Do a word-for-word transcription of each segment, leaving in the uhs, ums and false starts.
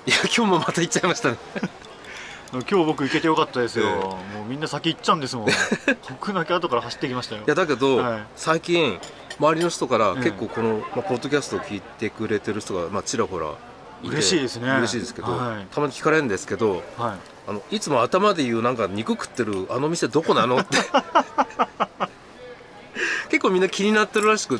いや今日もまた行っちゃいましたね今日僕行けてよかったですよ、えー、もうみんな先行っちゃうんですもん僕だけ後から走ってきましたよ。 いやだけど、はい、最近周りの人からえー、 結構この、まあ、ポッドキャストを聞いてくれてる人が、まあ、ちらほらいて嬉しいですね。 嬉しいですけど、 はい、 たまに聞かれるんですけど、はい、あのいつも頭で言うなんか肉食ってるあの店どこなのって結構みんな気になってるらしくって。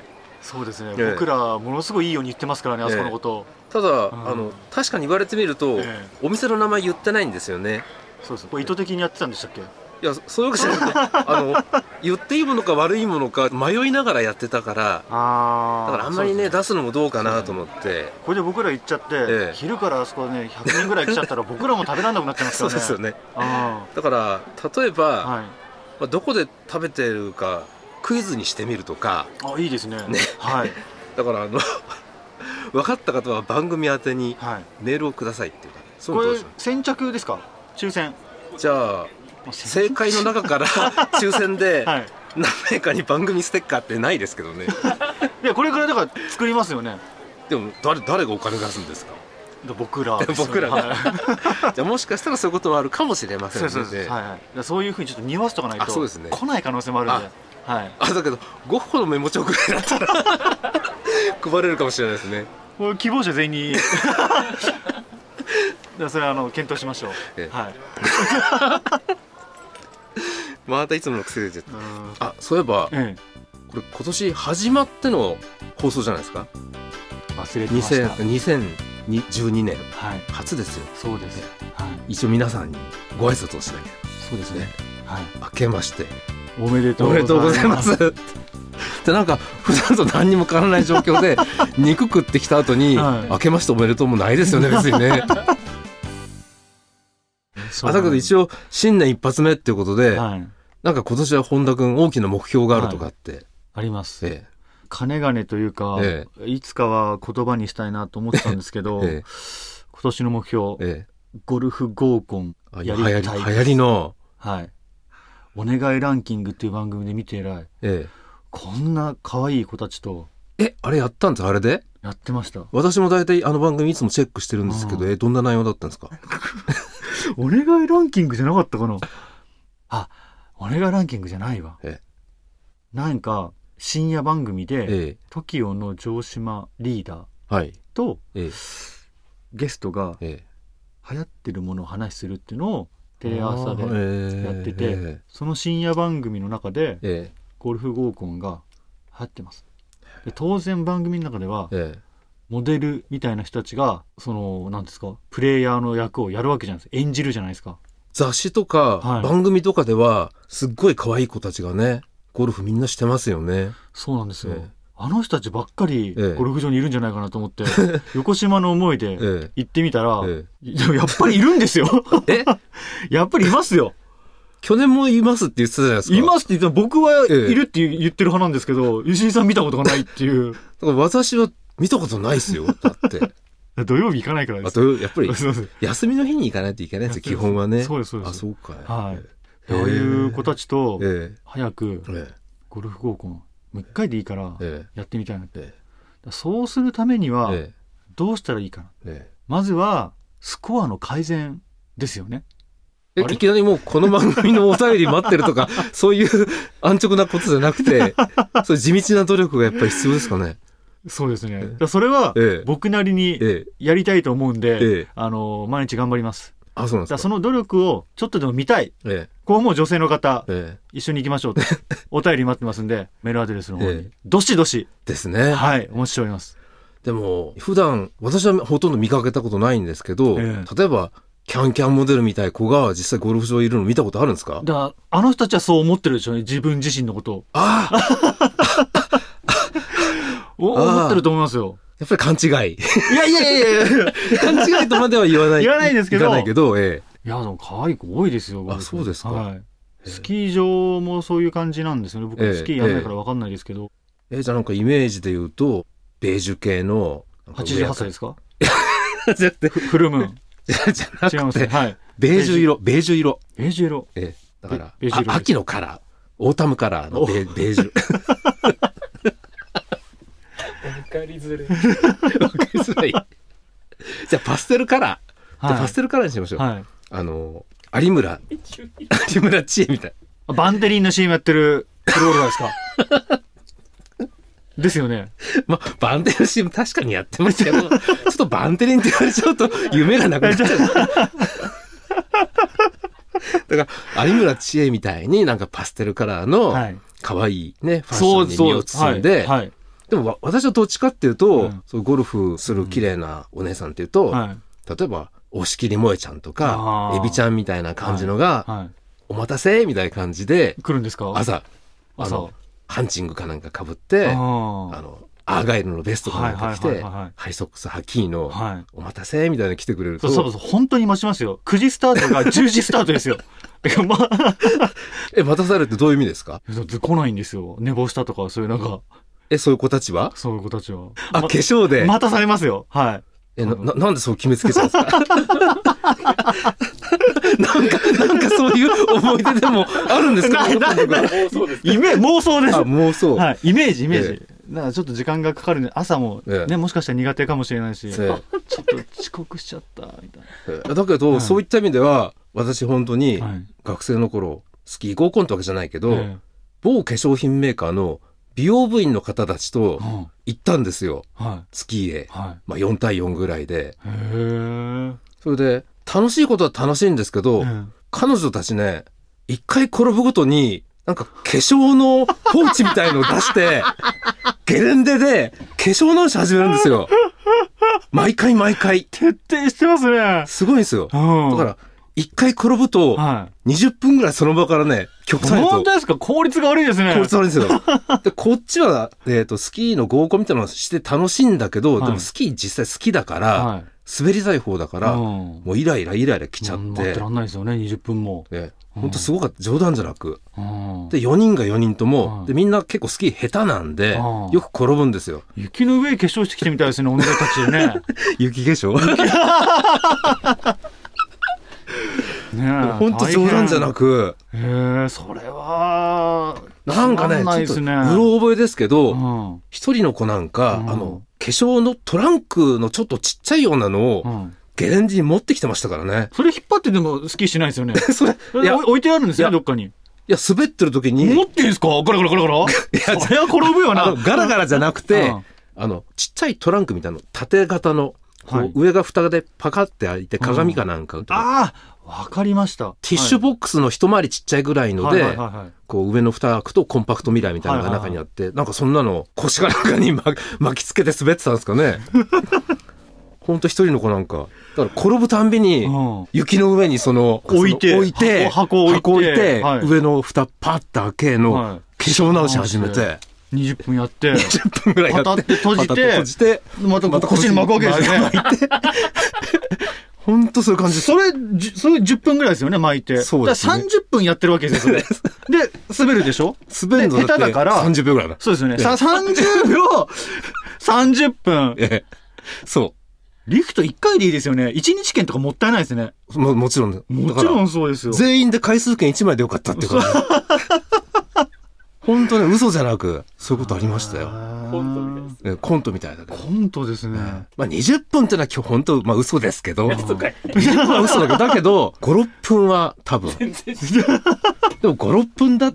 そうですね、えー、僕らものすごいいいように言ってますからね、あそこのこと、 えー、ただ、うん、あの確かに言われてみると、えー、お店の名前言ってないんですよね。 そうです。これ意図的にやってたんでしたっけ？ いやそういうわけじゃなくてあの言っていいものか悪いものか迷いながらやってたからあだからあんまりね出すのもどうかなと思って、 これで僕ら行っちゃって、ええ、昼からあそこねひゃくにんぐらい来ちゃったら僕らも食べられなくなっちゃいますからね。 そうですよね。あだから例えば、はいまあ、どこで食べてるかクイズにしてみるとか。 あいいですね。 ねはい、 だからあの分かった方は番組宛てにメールをくださいっていうか、ね、 はい、これ先着ですか抽選？ じゃあ正解の中から抽選で何名かに番組ステッカーってないですけどねいやこれからだから作りますよね。 でも 誰, 誰がお金出すんですか？ 僕らですよね。 僕ら、はい、じゃあもしかしたらそういうことはあるかもしれませんので、そうそうそう、はいはい、そういうふうにちょっと匂わせとかないとそうです、ね、 来ない可能性もあるんで。はい、 あだけどゴッホのメモ帳ぐらいだったら配れるかもしれないですね。 これ希望者全員にそれはあの検討しましょう、ええ、はいまたいつもの癖であそういえば、ええ、これ今年始まっての放送じゃないですか。 忘れてました。 にせんじゅうにねん、はい、初ですよ。 そうです、はい、 一応皆さんにご挨拶をしなきゃ。 そうですね、はい、 明けましておめでとうございますでなんか普段と何にも変わらない状況で肉食ってきた後に、はい、明けましておめでとうもないですよね別にねあだけど一応新年一発目っていうことで、はい、なんか今年は本田君大きな目標があるとかって、はい、 あります、ええ、金々というか、ええ、いつかは言葉にしたいなと思ってたんですけど、ええ、今年の目標、ええ、ゴルフ合コンやりたいです。 流行りの、 はい、お願いランキングっていう番組で見て以来、ええ、こんな可愛い子たちとえあれやったんですか？あれでやってました。 私も大体あの番組いつもチェックしてるんですけど、えどんな内容だったんですか？ お願いランキングじゃなかったかなあお願いランキングじゃないわ。えなんか深夜番組で、ええ、トキオの城島リーダーと、はいええ、ゲストが、ええ、流行ってるものを話するっていうのをテレ朝でやってて、ええ、その深夜番組の中で、ええ、ゴルフ合コンが流行ってます。で当然番組の中では、ええ、モデルみたいな人たちがその何ですかプレイヤーの役をやるわけじゃないですか。演じるじゃないですか。 雑誌とか、はい、番組とかではすっごい可愛い子たちがねゴルフみんなしてますよね。 そうなんですよ、ええ、あの人たちばっかりゴルフ場にいるんじゃないかなと思って、ええ、横島の思いで行ってみたら、ええ、やっぱりいるんですよえやっぱりいますよ。 去年もいますって言ってたじゃないですか。 いますって言って僕はいるって言ってる派なんですけど、ええ、石井さん見たことがないっていうだから私は見たことないですよ。だって土曜日行かないからです。 あやっぱり休みの日に行かないといけないですよ基本はね。 そうですそうです。 あそうか、 はい、ああいう子たちと早くゴルフ合コンもう一回でいいからやってみたいなって、ええ、そうするためにはどうしたらいいかな、ええ、まずはスコアの改善ですよね。 えいきなりもうこの番組のお便り待ってるとかそういう安直なことじゃなくてそういう地道な努力がやっぱり必要ですかね。 そうですね、ええ、それは僕なりにやりたいと思うんで、ええ、あの毎日頑張ります。 あそうなんですか。 だその努力をちょっとでも見たい、ええ、こう思う女性の方、ええ、一緒に行きましょうとお便り待ってますんでメールアドレスの方に、ええ、どしどしですね。 はいお待ちしております。 でも普段私はほとんど見かけたことないんですけど、ええ、例えばキャンキャンモデルみたいな子が実際ゴルフ場にいるの見たことあるんですか？ だあの人たちはそう思ってるでしょうね自分自身のことを。あお思ってると思いますよ。 やっぱり勘違い。 いやいやいやいや勘違いとまでは言わない。 言わないですけど。 言わないけど、ええ、いやでも可愛い子多いですよ。 あそうですか、 はい。スキー場もそういう感じなんですよね。僕、えー、スキーやんないから分かんないですけど。 えー、じゃあなんかイメージで言うとベージュ系のはちじゅうはっさいですか？ じゃなくてフルムーンじゃじゃなくて違います、 はい、 ベージュ色ベージュ色ベージュ色、 えー、だから秋のカラーオータムカラーのベ, ベージュ分かりづらい分かりづらいじゃあパステルカラー、はい、じゃあパステルカラーにしましょう、はい、あの有村有村知恵みたい。 バンテリンの シーエム やってるプローラーですかですよね。 まあバンテリンの シーエム 確かにやってますけどちょっとバンテリンって言われちゃうと夢がなくなっちゃうだから有村知恵みたいになんかパステルカラーの可愛いね、はい、ファッションに身を包んで、はいはい、でも私はどっちかっていうと、うん、そうゴルフする綺麗なお姉さんっていうと、うんはい、例えば押切萌ちゃんとかエビちゃんみたいな感じのが、はいはい、お待たせみたいな感じで来るんですか。 朝あのハンチングかなんか被ってあのアーガイルのベストかなんか着て、はいはいはいはい、ハイソックスハキーの、はい、お待たせみたいな来てくれると、 そうそうそう、本当に待ちますよ。くじスタートがじゅうじスタートですよま、 え待たされるってどういう意味ですか。 来ないんですよ。寝坊したとかそういうなんか。 えそういう子たちはそういう子たちはあ、ま、化粧で待たされますよ。はい。 えな, な, なんでそう決めつけちゃうんですかなんかなんかそういう思い出でもあるんですか。 妄想です。イメ妄想です。 あ妄想。 はい。イメージイメージ。ええ、だからちょっと時間がかかるんで朝もね、ええ、もしかしたら苦手かもしれないし、ええ、ちょっと遅刻しちゃったみたいな。 ええ、だけど、はい、そういった意味では私本当に学生の頃スキー合コンってわけじゃないけど、ええ、某化粧品メーカーの美容部員の方たちと行ったんですよ、はい、スキーへ、はい、まあ、よんたいよんぐらいで。へー。それで楽しいことは楽しいんですけど、彼女たちね一回転ぶごとになんか化粧のポーチみたいのを出してゲレンデで化粧直し始めるんですよ。毎回毎回徹底してますね。 すごいんですよ、うん、だから一回転ぶとにじゅっぷんぐらいその場からね極端にと。 本当ですか。効率が悪いですね。 効率悪いんですよでこっちは、えーと、スキーの合コンみたいなのをして楽しいんだけど、はい、でもスキー実際好きだから、はい、滑りたい方だから、うん、もうイライライライラ来ちゃって、うん、 待ってらんないですよねにじゅっぷんも、 ね、うん、本当すごかった。冗談じゃなく、うん、でよにんがよにんとも、うん、でみんな結構スキー下手なんで、うん、よく転ぶんですよ。 雪の上化粧してきてみたいですね女たちでね雪化粧ね、本当冗談じゃなく、 へー、それはなんかね、ちょっとうろ覚えですけど、一、うん、人の子なんか、うん、あの化粧のトランクのちょっとちっちゃいようなのを、うん、ゲレンデに持ってきてましたからね。 それ引っ張ってでもスキーしないですよねそれいや置いてあるんですよねどっかに。いや滑ってる時に持ってんすかガラガラガラガラいやそれは転ぶよなガラガラじゃなくて、うん、あのちっちゃいトランクみたいな縦型のこう、はい、上が蓋でパカって開いて鏡かなんか、うん、 ああわかりました。 ティッシュボックスの一回りちっちゃいぐらいので、はいはいはいはい、こう上の蓋開くとコンパクトミラーみたいなのが中にあって、はいはいはい、なんかそんなの腰かなんかに巻きつけて滑ってたんですかねほんと一人の子なんかだから転ぶたんびに雪の上にその置いて置いて箱置いて、 箱置いて、はい、上の蓋パッと開けの、はい、化粧直し始めてにじゅっぷんやってにじゅっぷんぐらいやってパタって閉じて閉じてまた腰に巻くわけですよね本当そういう感じ。 それ、それじゅっぷんぐらいですよね、巻いて。 そうですね。 だからさんじゅっぷんやってるわけですよ、それ。で、滑るでしょ。 滑るのだって下手だからさんじゅっぷんぐらいだ。 そうですよね。ささんじゅうびょう、さんじゅっぷん。 ええ。そう。 リフトいっかいでいいですよね。いちにち券とかもったいないですね。 も、もちろん。 もちろんそうですよ。 全員で回数券いちまいでよかったってこと。本当ね、嘘じゃなく、そういうことありましたよ。 コントみたいです。 コントみたいだけど。 コントですね。 まあにじゅっぷんってのは今日本当、まあ嘘ですけど。にじゅっぷんは嘘だけど、だけど、ご、ろっぷんは多分。でもご、ろっぷんだって、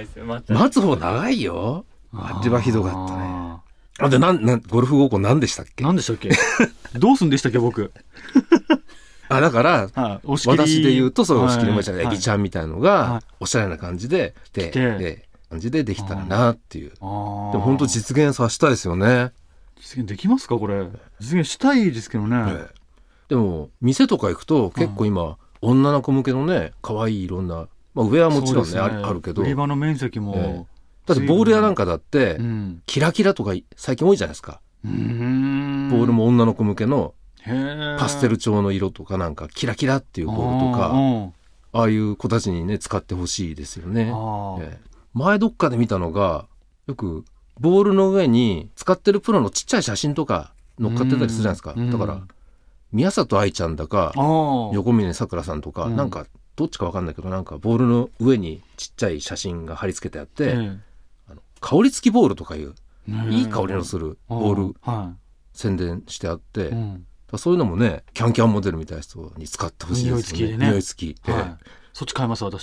待つ方長いよ。あれはひどかったね。あ、で、なん、なん、ゴルフ合コン何でしたっけ？ 何でしたっけ？どうすんでしたっけ、僕。 あ、だから、 はい、私で言うと、そう、おしきりもちゃん、エビちゃんみたいなのが、おしゃれな感じで、で、で、感じでできたらなっていう。でも本当実現させたいですよね。 実現できますかこれ。実現したいですけどね。 ええ、でも店とか行くと結構今、うん、女の子向けのね可愛いいろんな、まあ、上はもちろん ね, ね あ, あるけど売り場の面積も、ええ、 だってボール屋なんかだって、うん、キラキラとか最近多いじゃないですか。うーんボールも女の子向けのパステル調の色とかなんかキラキラっていうボールとか あ, ああいう子たちにね使ってほしいですよね。ええ前どっかで見たのがよくボールの上に使ってるプロのちっちゃい写真とか乗っかってたりするじゃないですか。だから宮里藍ちゃんだか横峯さくらさんとか、うん、なんかどっちか分かんないけどなんかボールの上にちっちゃい写真が貼り付けてあって、うん、あの香り付きボールとかいういい香りのするボール、はい、宣伝してあって、うん、 そういうのもね、キャンキャンモデルみたいな人に使ってほしいですよね。匂い付きでね。匂い付き。 はい。そっち買います、私。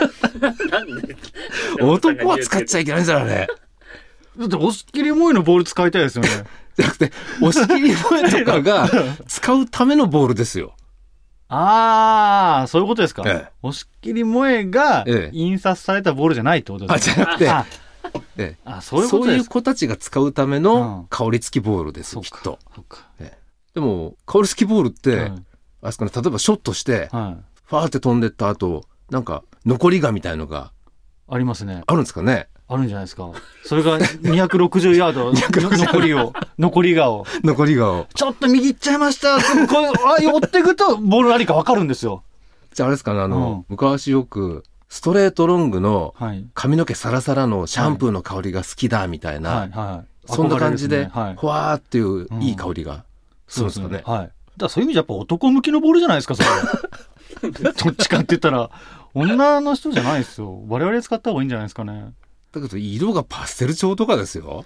男は使っちゃいけないんじゃないね。 だって押し切り萌えのボール使いたいですよね。 じゃなくて、押し切り萌えとかが使うためのボールですよ。 ああ、そういうことですか。ええ、押し切り萌えが印刷されたボールじゃないってことですか。 あ、じゃなくて、あええ、あ、そういうことですか。そういう子たちが使うための香り付きボールです、うん、きっと。ええ、でも、香り付きボールって、はい、あそこね、例えばショットして、はい、ファーって飛んでった後、なんか残りがみたいのがありますね。 あるんですかね。 あるんじゃないですか。それがにひゃくろくじゅうヤード残りを残りがを残りがをちょっと右行っちゃいました。これあ寄っていくとボール何か分かるんですよ。 じゃああれですかね、あの、うん、昔よくストレートロングの髪の毛サラサラのシャンプーの香りが好きだみたいな、はいはいはい、そんな感じで、はい、ふわーっていういい香りがするんですかね。うん、そうですね。はい。だからそういう意味じゃやっぱ男向きのボールじゃないですか、それ。どっちかって言ったら女の人じゃないですよ。我々使った方がいいんじゃないですかね。 だけど色がパステル調とかですよ。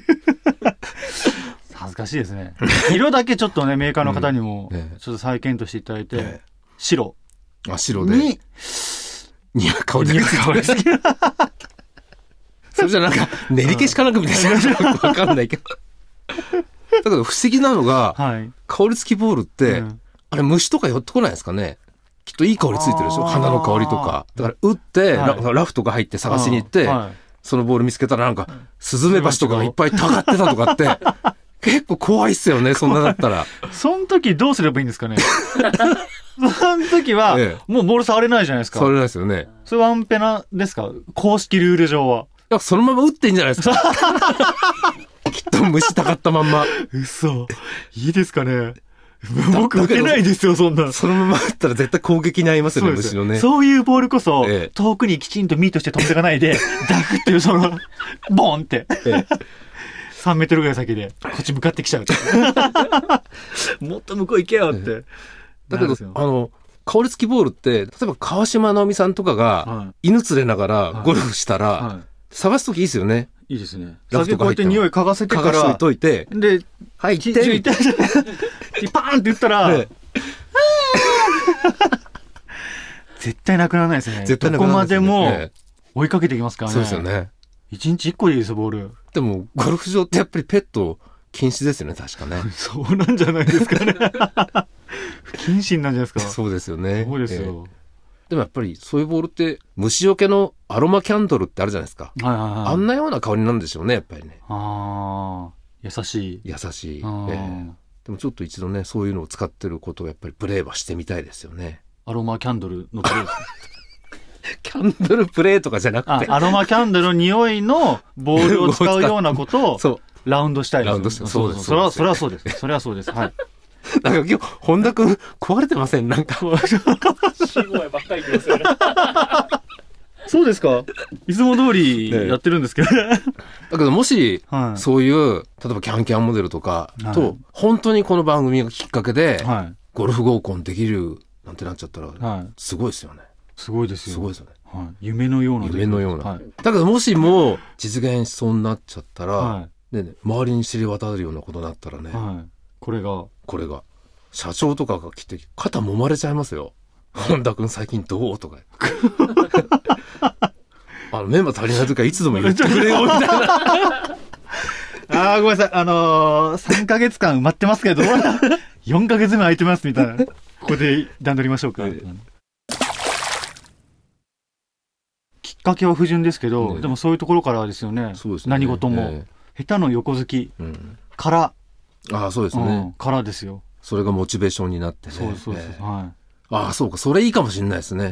恥ずかしいですね。色だけちょっとね、メーカーの方にもちょっと再検討していただいて、うんね、白。 あ、白で。に、に香りに香り好き。 それじゃなんか練り消しかなんかみたいなわかんないけど。だけど不思議なのが、はい、香り付きボールって、うん、あれ虫とか寄ってこないですかね。きっといい香りついてるでしょ。花の香りとか。だから打って、はい、ラフとか入って探しに行って、はい、そのボール見つけたらなんかスズメバチとかがいっぱいたがってたとかって結構怖いっすよね。そんなだったら。 その時どうすればいいんですかね。その時は、ええ、もうボール触れないじゃないですか。 触れないですよね。 それワンペナですか、公式ルール上は。いや、そのまま打っていいんじゃないですか。きっと虫たかったまんま。 嘘。いいですかね。僕打てないですよ、そんな。 そのまま打ったら絶対攻撃に遭いますよね、虫のね。 そういうボールこそ、ええ、遠くにきちんとミートして飛んでいかないで、ダフっていうその、ボンって。ええ、さんメートルぐらい先で、こっち向かってきちゃう。もっと向こう行けよって。ええ、 だけど、あの、香り付きボールって、例えば川島直美さんとかが、犬連れながらゴルフしたら、はいはい、探すときいいですよね。 いいですね。ラフとかこうやって匂い嗅がせてから。嗅がしといて。 で、 はい、行って。 パーンって言ったら、ええ、絶対なくならないですね。絶対なくならないですね。どこまでも追いかけていきますからね。 そうですよね。 一日一個でいいですよ、ボール。 でも、ゴルフ場ってやっぱりペット禁止ですよね、確かね。 そうなんじゃないですかね。不謹慎なんじゃないですか。 そうですよね。 そうですよ。えーでもやっぱりそういうボールって虫除けのアロマキャンドルってあるじゃないですか。はいはいはい、あんなような香りなんでしょうね、やっぱりね。 ああ、優しい。 優しい、えー。でもちょっと一度ね、そういうのを使ってることをやっぱりプレイはしてみたいですよね。 アロマキャンドルのプレイキャンドルプレイとかじゃなくて。 アロマキャンドルの匂いのボールを使うようなことをラウンドしたいです。 ラウンドしたい。そうです。 それは、それはそうです。それはそうです。はい。 なんか今日、本田くん壊れてません？なんか。 死後ばっかり言ってますよね。 そうですか？いつも通りやってるんですけどね。 だけどもし、はい、そういう、例えばキャンキャンモデルとかと、はい、本当にこの番組がきっかけで、はい、ゴルフ合コンできるなんてなっちゃったら、はい、すごいですよね。 すごいですよ。 すごいですよね。 はい、夢のような。 夢のような。はい、だけどもしも実現しそうになっちゃったら、はい、でね、周りに知れ渡るようなことになったらね、はい、 これが。 これが。社長とかが来て肩揉まれちゃいますよ。本田君最近どうとか。あのメンバー足りない時はいつでも言ってくれよみたいな。 ああ、ごめんなさい。あのー、さんかげつかん埋まってますけど、よんかげつめ空いてますみたいな。ここで段取りましょうか。きっかけは不純ですけど、ね、でもそういうところからですよね。そうですね。何事も、ね、下手の横好きから、 うん、ああ、そうですね、うん。 からですよ。 それがモチベーションになってね。 そうそうそう。えー、はい。 ああ、そうか。それいいかもしれないですね。うん、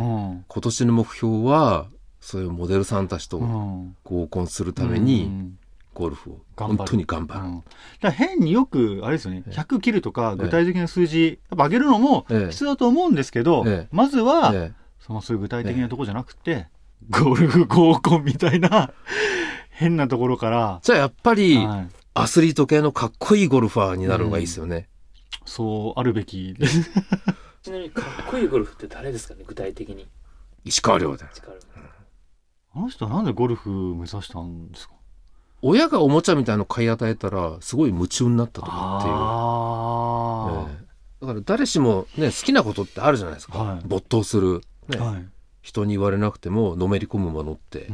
今年の目標は、そういうモデルさんたちと合コンするために、ゴルフを本当に頑張る。うん、 だから変によく、あれですよね、ひゃく切るとか、具体的な数字、やっぱ上げるのも必要だと思うんですけど、ええ、まずは、え、そのそういう具体的なところじゃなくて、え、ゴルフ合コンみたいな、変なところから。 じゃあやっぱり、はい、アスリート系のかっこいいゴルファーになるのがいいですよね。うんそうあるべきです。 ちなみにかっこいいゴルフって誰ですかね、具体的に。 石川遼だよ。 あの人はなんでゴルフ目指したんですか？ 親がおもちゃみたいなの買い与えたらすごい夢中になったとかっていう。 あ、えだから誰しも、ね、好きなことってあるじゃないですか、はい、没頭する、ねはい、人に言われなくてものめり込むものって、うん、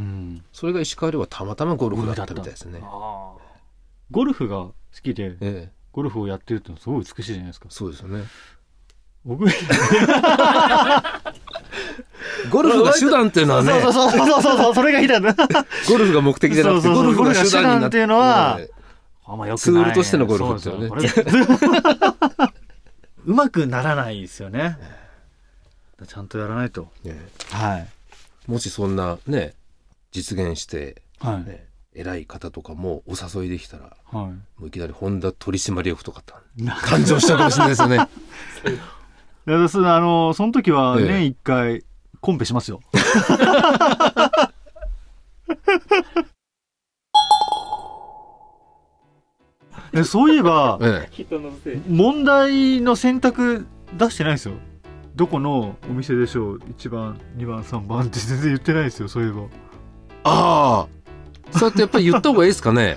それが石川遼はたまたまゴルフだったみたいですね。 あゴルフが好きで、ええ、ゴルフをやってるってのはすごい美しいじゃないですか。 そうですよね。 僕ゴルフが手段っていうのはね、 そうそうそうそうそうそうそれがいいだな。 ゴルフが目的じゃなくてゴルフが手段になっていうのは、ね、あんまよくない、 ツールとしてのゴルフですよね。そうそううまくならないですよね。ちゃんとやらないと、ね、はい。 もしそんなね実現して、はいね、偉い方とかもお誘いできたら、はい、もういきなりホンダ取締役とか誕生しちゃうかもしれないですよね。 いやそ, あのその時は年一回、ええ、コンペしますよ。えそういえば、ええ、問題の選択出してないですよ。どこのお店でしょう、いちばんにばんさんばんって全然言ってないですよ。そういえばああそうやってやっぱり言った方がいいですかね。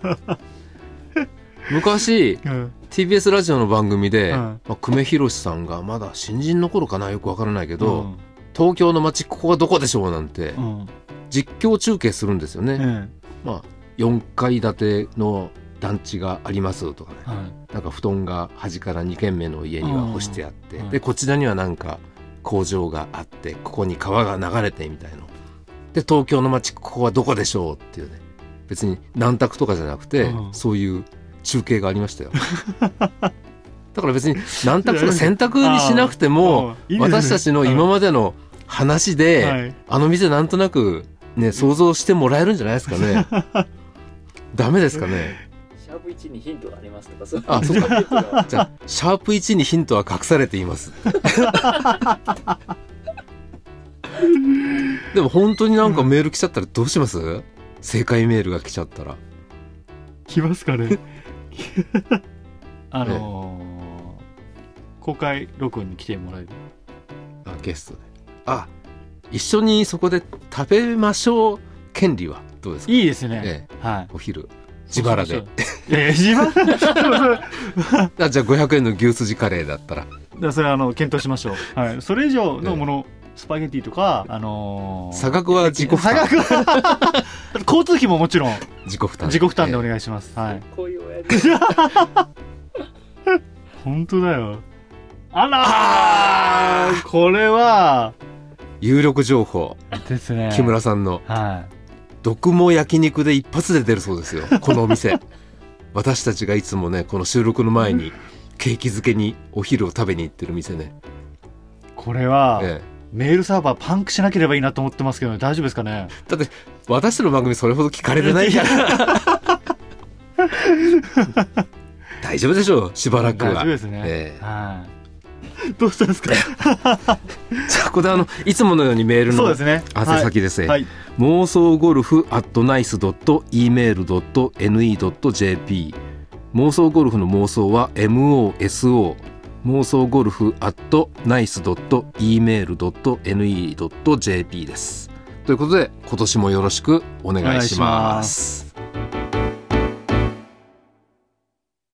昔、うん、ティービーエス ラジオの番組で、うんまあ、久米宏さんがまだ新人の頃かなよくわからないけど、うん、東京の街ここはどこでしょうなんて、うん、実況中継するんですよね、うん、まあよんかい建ての団地がありますとかね、はい、なんか布団が端からにけんめの家には干してあって、うん、でこちらにはなんか工場があってここに川が流れてみたいなで東京の街ここはどこでしょうっていうね、別に何択とかじゃなくて、うん、そういう中継がありましたよ。だから別に何択とか選択にしなくてもいい、ね、私たちの今までの話で、はい、あの店なんとなく、ね、想像してもらえるんじゃないですかね。ダメですかね。 シャープいちにヒントがありますとかそうあそうかじゃあシャープいちにヒントは隠されています。でも本当になんかメール来ちゃったらどうします、うん、正解メールが来ちゃったら来ますかね。あのー、公開録音に来てもらえるあゲストであ一緒にそこで食べましょう権利はどうですか。 いいですね、 ええはい、お昼自腹でえ自腹あじゃあごひゃくえんの牛すじカレーだったらだそれはあの検討しましょう、はい、それ以上のもの、ええ、スパゲティとか、あのー、 差額は自己負担交通費ももちろん自己負担自己負担でお願いします、ええはい、 こういう親父本当だよ。あらーこれは有力情報ですね。 木村さんの、 はい、 毒も焼肉で一発で出るそうですよこのお店。私たちがいつもねこの収録の前にケーキ漬けにお昼を食べに行ってる店ね。 これは、ええ、メールサーバーパンクしなければいいなと思ってますけど、ね、大丈夫ですかね。 だって私の番組それほど聞かれてないから大丈夫でしょうしばらくは。 大丈夫ですね、ええはいどうしたんですか。じゃあこれあのいつものようにメールの宛先ですね、はいはい、妄想ゴルフアットナイスドットイーメールドットエヌイードットジェーピー 妄想ゴルフの妄想は エムオーエスオー 妄想ゴルフアットナイスドットイーメールドットエヌイードットジェーピー です。ということで今年もよろしくお願いします。